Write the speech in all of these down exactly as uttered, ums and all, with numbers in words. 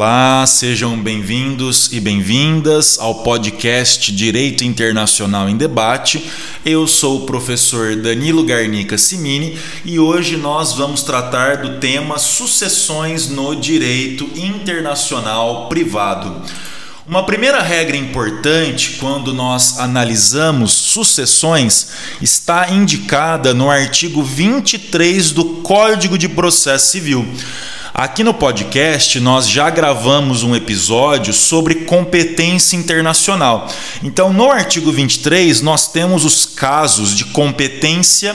Olá, sejam bem-vindos e bem-vindas ao podcast Direito Internacional em Debate. Eu sou o professor Danilo Garnica Simini e hoje nós vamos tratar do tema sucessões no direito internacional privado. Uma primeira regra importante quando nós analisamos sucessões está indicada no artigo vinte e três do Código de Processo Civil. Aqui no podcast nós já gravamos um episódio sobre competência internacional. Então, no artigo vinte e três, nós temos os casos de competência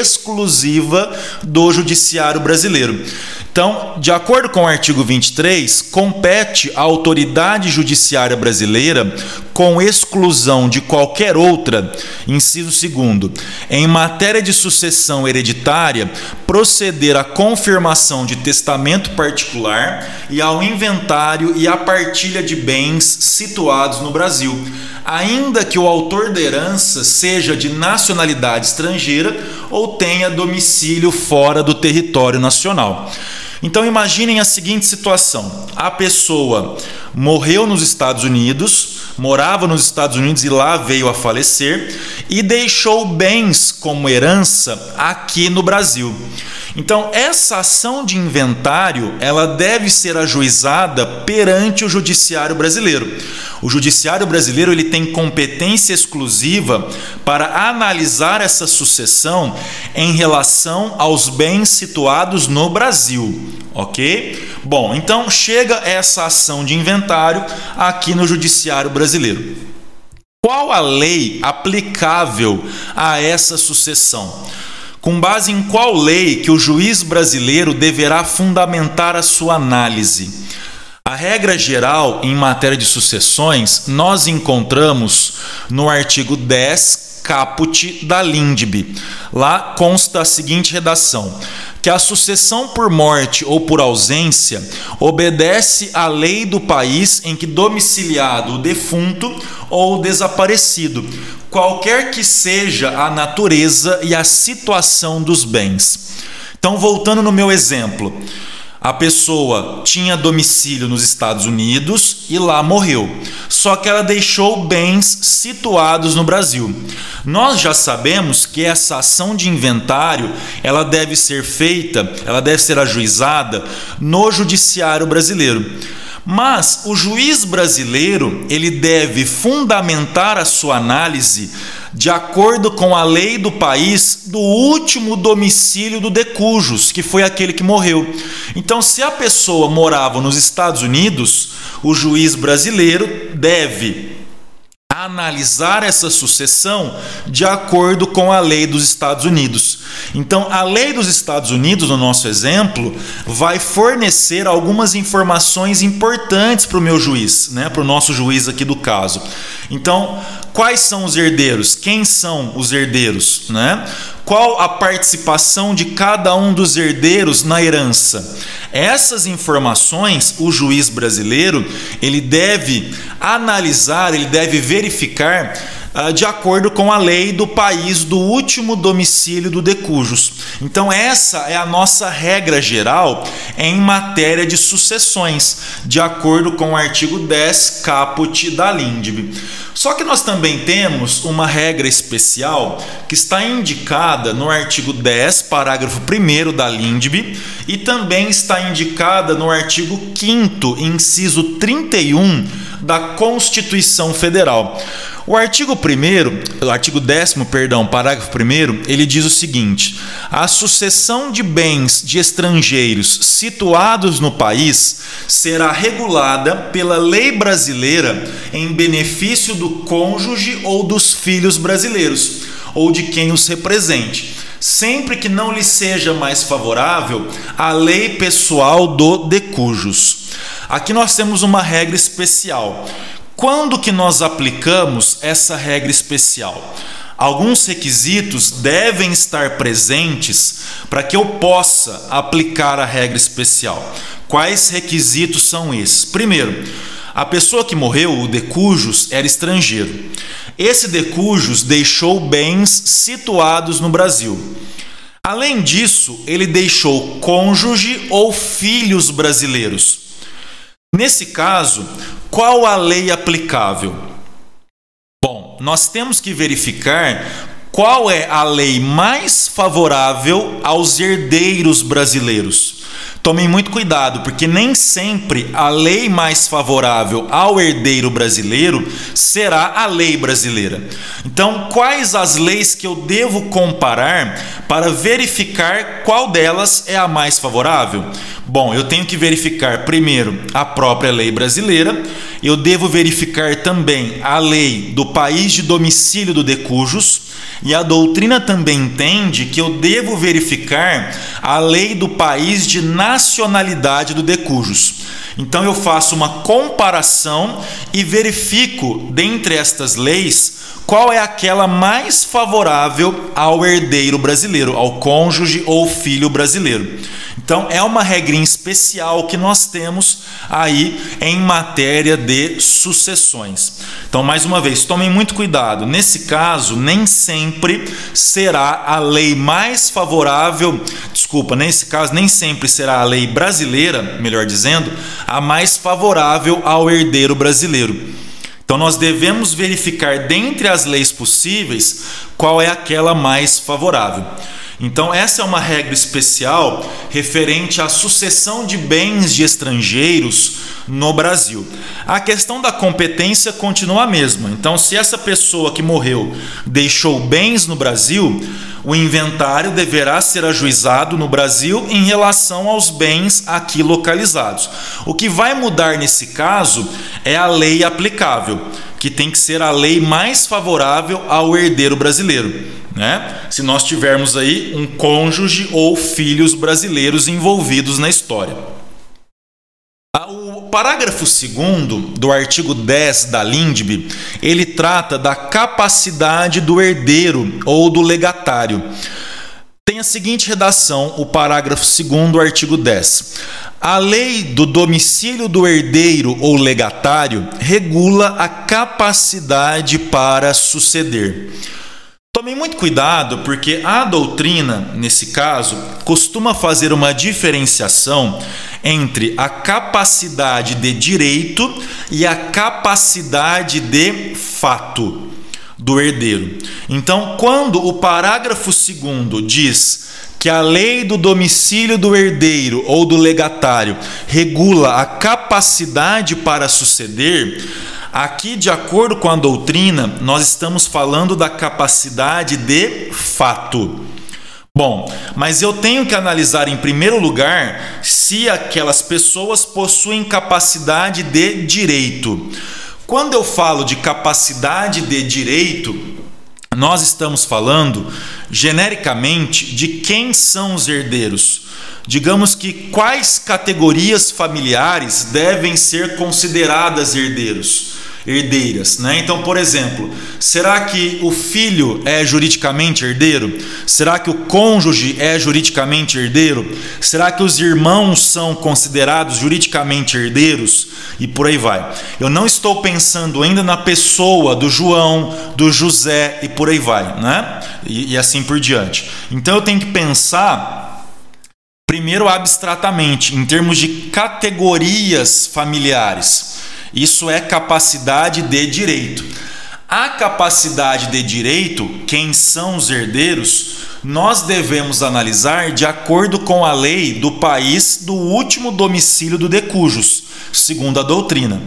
exclusiva do Judiciário Brasileiro. Então, de acordo com o artigo vinte e três, compete à autoridade judiciária brasileira, com exclusão de qualquer outra, inciso segundo, em matéria de sucessão hereditária, proceder à confirmação de testamento particular e ao inventário e à partilha de bens situados no Brasil, ainda que o autor da herança seja de nacionalidade estrangeira ou tenha domicílio fora do território nacional. Então imaginem a seguinte situação: a pessoa morreu nos Estados Unidos, morava nos Estados Unidos e lá veio a falecer e deixou bens como herança aqui no Brasil. Então essa ação de inventário ela deve ser ajuizada perante o Judiciário Brasileiro. O Judiciário Brasileiro ele tem competência exclusiva para analisar essa sucessão em relação aos bens situados no Brasil, ok? Bom, então chega essa ação de inventário aqui no Judiciário Brasileiro. Qual a lei aplicável a essa sucessão? Com base em qual lei que o juiz brasileiro deverá fundamentar a sua análise? A regra geral em matéria de sucessões nós encontramos no artigo dez, caput da Lindbe. Lá consta a seguinte redação: que a sucessão por morte ou por ausência obedece à lei do país em que domiciliado o defunto ou o desaparecido, qualquer que seja a natureza e a situação dos bens. Então, voltando no meu exemplo, a pessoa tinha domicílio nos Estados Unidos e lá morreu, só que ela deixou bens situados no Brasil. Nós já sabemos que essa ação de inventário ela deve ser feita, ela deve ser ajuizada no Judiciário Brasileiro. Mas o juiz brasileiro ele deve fundamentar a sua análise de acordo com a lei do país do último domicílio do de cujus, que foi aquele que morreu. Então, se a pessoa morava nos Estados Unidos, o juiz brasileiro deve analisar essa sucessão de acordo com a lei dos Estados Unidos. Então, a lei dos Estados Unidos, no nosso exemplo, vai fornecer algumas informações importantes para o meu juiz, né? Para o nosso juiz aqui do caso. Então, quais são os herdeiros? Quem são os herdeiros, né? Qual a participação de cada um dos herdeiros na herança? Essas informações, o juiz brasileiro, ele deve analisar, ele deve verificar uh, de acordo com a lei do país do último domicílio do de cujus. Então essa é a nossa regra geral em matéria de sucessões, de acordo com o artigo dez, caput da Lindbe. Só que nós também temos uma regra especial que está indicada no artigo dez, parágrafo primeiro da Lindbe e também está indicada no artigo quinto, inciso trinta e um da Constituição Federal. O artigo primeiro, o artigo décimo, perdão, parágrafo primeiro, ele diz o seguinte: a sucessão de bens de estrangeiros situados no país será regulada pela lei brasileira em benefício do cônjuge ou dos filhos brasileiros, ou de quem os represente, sempre que não lhe seja mais favorável a lei pessoal do de cujus. Aqui nós temos uma regra especial. Quando que nós aplicamos essa regra especial? Alguns requisitos devem estar presentes para que eu possa aplicar a regra especial. Quais requisitos são esses? Primeiro, a pessoa que morreu, o de cujus, era estrangeiro. Esse de cujus deixou bens situados no Brasil. Além disso, ele deixou cônjuge ou filhos brasileiros. Nesse caso, qual a lei aplicável? Bom, nós temos que verificar qual é a lei mais favorável aos herdeiros brasileiros. Tomem muito cuidado, porque nem sempre a lei mais favorável ao herdeiro brasileiro será a lei brasileira. Então, quais as leis que eu devo comparar para verificar qual delas é a mais favorável? Bom, eu tenho que verificar primeiro a própria lei brasileira, eu devo verificar também a lei do país de domicílio do decujus, e a doutrina também entende que eu devo verificar a lei do país de nacionalidade do decujus. Então eu faço uma comparação e verifico, dentre estas leis, qual é aquela mais favorável ao herdeiro brasileiro, ao cônjuge ou filho brasileiro. Então é uma regrinha especial que nós temos aí em matéria de sucessões. Então, mais uma vez, tomem muito cuidado. Nesse caso, nem sempre será a lei mais favorável, desculpa, nesse caso, nem sempre será a lei brasileira, melhor dizendo, a mais favorável ao herdeiro brasileiro. Então, nós devemos verificar dentre as leis possíveis qual é aquela mais favorável. Então, essa é uma regra especial referente à sucessão de bens de estrangeiros no Brasil. A questão da competência continua a mesma. Então, se essa pessoa que morreu deixou bens no Brasil, o inventário deverá ser ajuizado no Brasil em relação aos bens aqui localizados. O que vai mudar nesse caso é a lei aplicável, que tem que ser a lei mais favorável ao herdeiro brasileiro, né? Se nós tivermos aí um cônjuge ou filhos brasileiros envolvidos na história. O parágrafo segundo do artigo dez da L I N D B, ele trata da capacidade do herdeiro ou do legatário. Tem a seguinte redação, o parágrafo segundo do artigo dez. A lei do domicílio do herdeiro ou legatário regula a capacidade para suceder. Tomem muito cuidado, porque a doutrina, nesse caso, costuma fazer uma diferenciação entre a capacidade de direito e a capacidade de fato do herdeiro. Então, quando o parágrafo segundo diz que a lei do domicílio do herdeiro ou do legatário regula a capacidade para suceder, aqui, de acordo com a doutrina, nós estamos falando da capacidade de fato. Bom, mas eu tenho que analisar em primeiro lugar se aquelas pessoas possuem capacidade de direito. Quando eu falo de capacidade de direito, nós estamos falando genericamente de quem são os herdeiros. Digamos que quais categorias familiares devem ser consideradas herdeiros, herdeiras, né? Então, por exemplo, será que o filho é juridicamente herdeiro? Será que o cônjuge é juridicamente herdeiro? Será que os irmãos são considerados juridicamente herdeiros? E por aí vai. Eu não estou pensando ainda na pessoa do João, do José e por aí vai, né? E, e assim por diante. Então eu tenho que pensar primeiro abstratamente, em termos de categorias familiares. Isso é capacidade de direito. A capacidade de direito, quem são os herdeiros, nós devemos analisar de acordo com a lei do país do último domicílio do decujus, segundo a doutrina.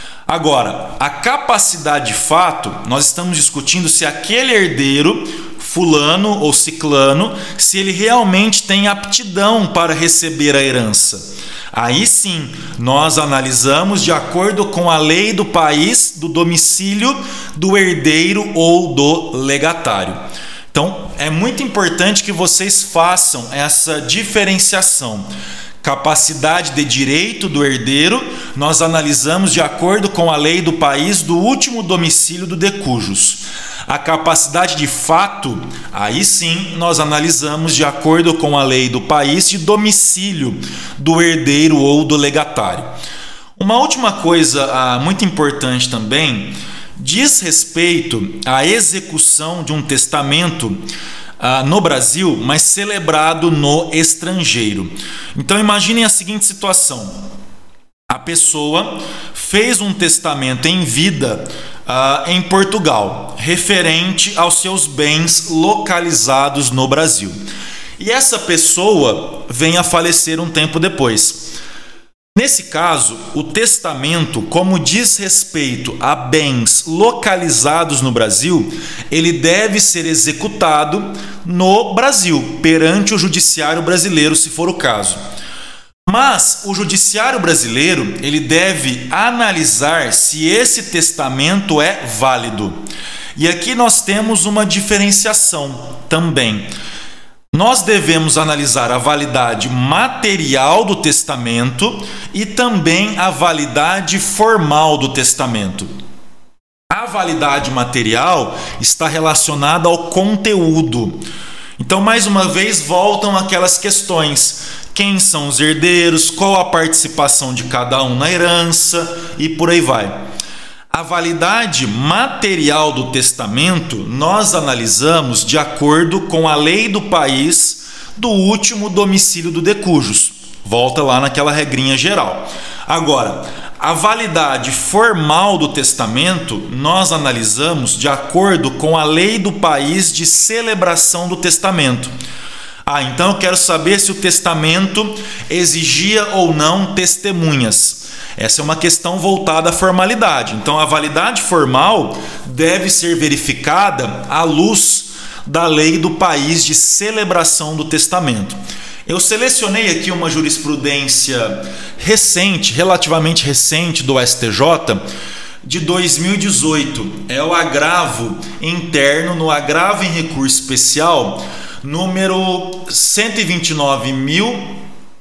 Agora, a capacidade de fato, nós estamos discutindo se aquele herdeiro, fulano ou ciclano, se ele realmente tem aptidão para receber a herança. Aí sim, nós analisamos de acordo com a lei do país do domicílio do herdeiro ou do legatário. Então, é muito importante que vocês façam essa diferenciação. Capacidade de direito do herdeiro, nós analisamos de acordo com a lei do país do último domicílio do decujus. A capacidade de fato, aí sim, nós analisamos de acordo com a lei do país de domicílio do herdeiro ou do legatário. Uma última coisa ah, muito importante também diz respeito à execução de um testamento ah, no Brasil, mas celebrado no estrangeiro. Então imaginem a seguinte situação. A pessoa fez um testamento em vida uh, em Portugal, referente aos seus bens localizados no Brasil. E essa pessoa vem a falecer um tempo depois. Nesse caso, o testamento, como diz respeito a bens localizados no Brasil, ele deve ser executado no Brasil, perante o judiciário brasileiro, se for o caso. Mas o judiciário brasileiro, ele deve analisar se esse testamento é válido. E aqui nós temos uma diferenciação também. Nós devemos analisar a validade material do testamento e também a validade formal do testamento. A validade material está relacionada ao conteúdo. Então, mais uma vez, voltam aquelas questões: quem são os herdeiros, qual a participação de cada um na herança e por aí vai. A validade material do testamento nós analisamos de acordo com a lei do país do último domicílio do decujus. Volta lá naquela regrinha geral. Agora, a validade formal do testamento nós analisamos de acordo com a lei do país de celebração do testamento. Ah, então eu quero saber se o testamento exigia ou não testemunhas. Essa é uma questão voltada à formalidade. Então, a validade formal deve ser verificada à luz da lei do país de celebração do testamento. Eu selecionei aqui uma jurisprudência recente, relativamente recente, do S T J, de dois mil e dezoito. É o agravo interno, no agravo em recurso especial, número cento e vinte e nove mil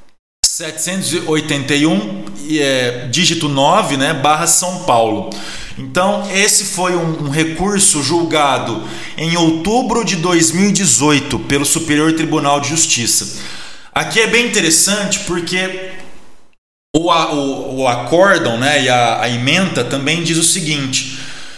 setecentos e oitenta e um, é, dígito nove, né, barra São Paulo. Então, esse foi um, um recurso julgado em outubro de dois mil e dezoito pelo Superior Tribunal de Justiça. Aqui é bem interessante porque o, o, o acórdão, né, e a, a ementa também diz o seguinte: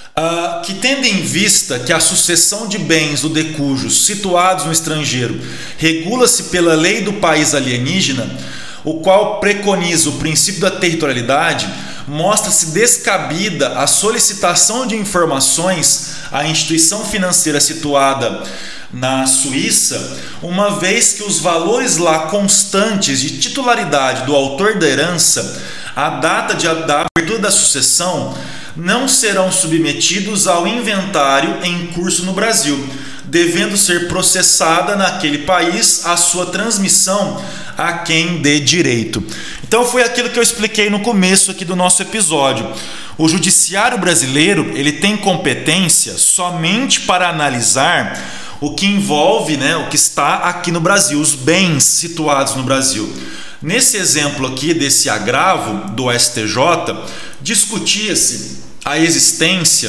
uh, que tendo em vista que a sucessão de bens do decujus situados no estrangeiro regula-se pela lei do país alienígena, o qual preconiza o princípio da territorialidade, mostra-se descabida a solicitação de informações à instituição financeira situada na Suíça, uma vez que os valores lá constantes de titularidade do autor da herança, à data de, da abertura da sucessão, não serão submetidos ao inventário em curso no Brasil, devendo ser processada naquele país a sua transmissão a quem dê direito. Então foi aquilo que eu expliquei no começo aqui do nosso episódio. O judiciário brasileiro, ele tem competência somente para analisar o que envolve, né, o que está aqui no Brasil, os bens situados no Brasil. Nesse exemplo aqui desse agravo do S T J, discutia-se a existência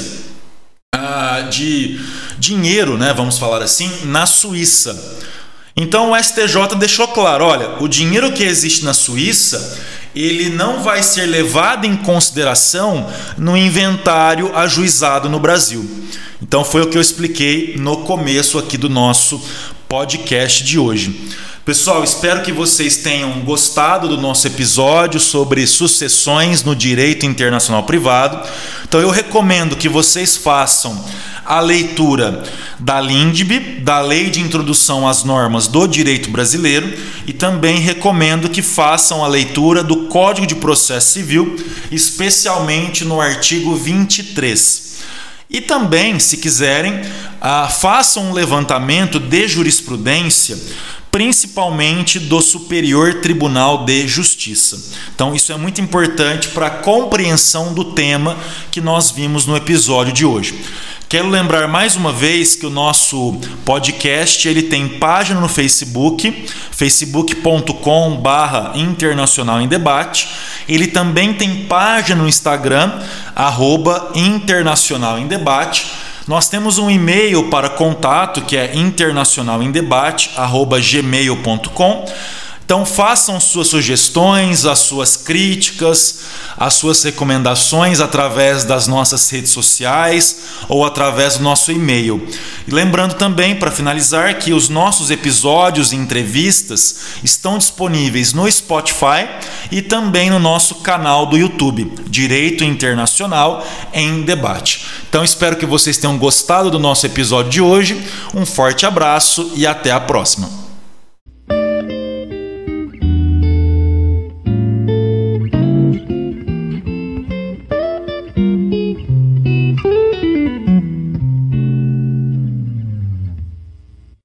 ah, de dinheiro, né, vamos falar assim, na Suíça. Então o S T J deixou claro: olha, o dinheiro que existe na Suíça, ele não vai ser levado em consideração no inventário ajuizado no Brasil. Então foi o que eu expliquei no começo aqui do nosso podcast de hoje. Pessoal, espero que vocês tenham gostado do nosso episódio sobre sucessões no direito internacional privado. Então eu recomendo que vocês façam a leitura da L I N D B, da Lei de Introdução às Normas do Direito Brasileiro, e também recomendo que façam a leitura do Código de Processo Civil, especialmente no artigo vinte e três. E também, se quiserem, ah, façam um levantamento de jurisprudência, principalmente do Superior Tribunal de Justiça. Então, isso é muito importante para a compreensão do tema que nós vimos no episódio de hoje. Quero lembrar mais uma vez que o nosso podcast ele tem página no Facebook, facebook ponto com barra internacional em debate. Ele também tem página no Instagram, arroba internacional em debate. Nós temos um e-mail para contato que é internacionalendebate arroba gmail ponto com. Então façam suas sugestões, as suas críticas, as suas recomendações através das nossas redes sociais ou através do nosso e-mail. E lembrando também, para finalizar, que os nossos episódios e entrevistas estão disponíveis no Spotify e também no nosso canal do YouTube, Direito Internacional em Debate. Então espero que vocês tenham gostado do nosso episódio de hoje. Um forte abraço e até a próxima.